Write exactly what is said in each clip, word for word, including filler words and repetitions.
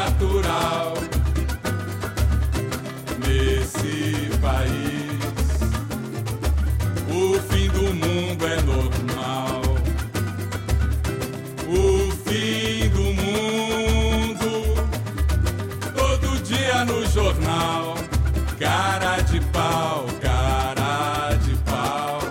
natural. Nesse país, o fim do mundo é normal. O fim do mundo, todo dia no jornal. Cara de pau, cara de pau,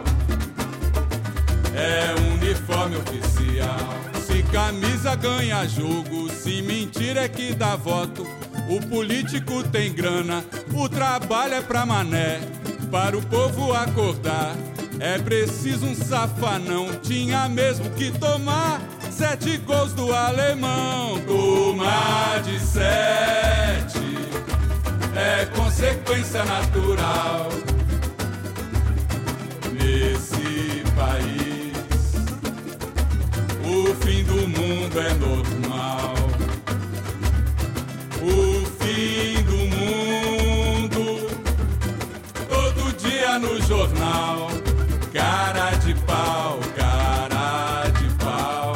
é uniforme oficial. Se camisa ganha jogo, se mentira é que dá voto. O político tem grana, o trabalho é pra mané. Para o povo acordar, é preciso um safanão. Tinha mesmo que tomar sete gols do alemão. Tomar de sete é consequência natural. Nesse país, o fim do mundo é normal. O fim do mundo, todo dia no jornal. Cara de pau, cara de pau,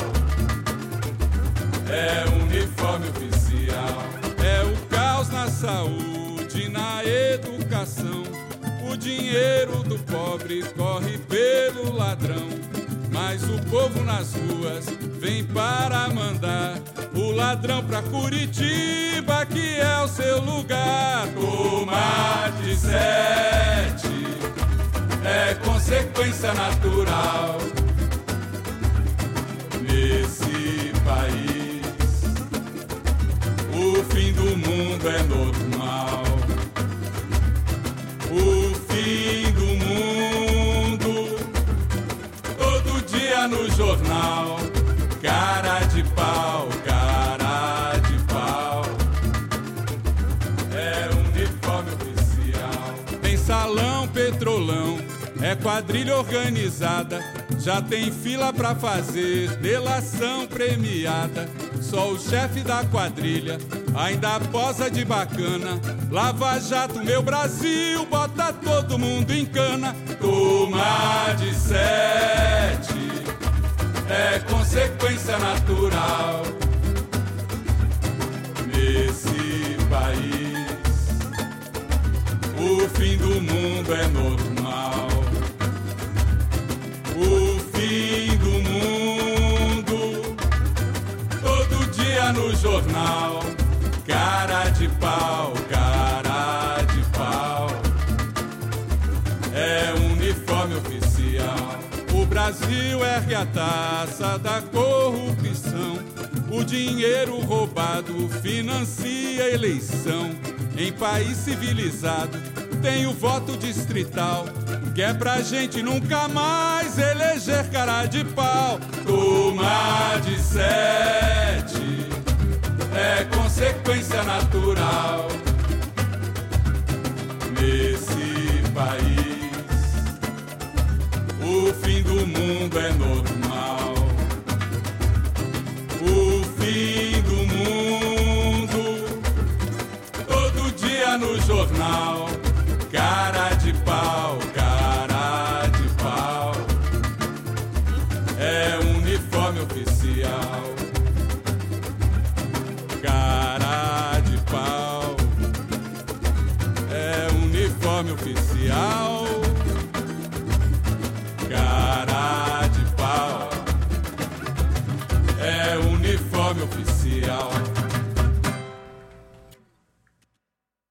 é uniforme oficial. É o caos na saúde, na educação. O dinheiro do pobre corre pelo ladrão. Mas o povo nas ruas vem para mandar o ladrão pra Curitiba, que é o seu lugar. Tomar de sete é consequência natural. Nesse país, o fim do mundo é normal. O fim do mundo, todo dia no jornal. Cara de pau, cara de pau, é uniforme oficial. Tem salão, petrolão, é quadrilha organizada. Já tem fila pra fazer delação premiada. Só o chefe da quadrilha ainda posa de bacana. Lava Jato, meu Brasil, bota todo mundo em cana. Tomar de sete é consequência natural. Nesse país, o fim do mundo é normal. O fim do mundo, todo dia no jornal. Cara de pau, cara de pau, é uniforme oficial. O Brasil ergue a taça da corrupção. O dinheiro roubado financia a eleição. Em país civilizado tem o voto distrital, que é pra gente nunca mais eleger cara de pau. Tomar de sete é consequência natural. Nesse país, o fim do mundo é normal. O fim do mundo, todo dia no jornal. Cara de pau, cara de pau, é uniforme oficial. Cara de pau, é uniforme oficial. Cara de pau, é uniforme oficial.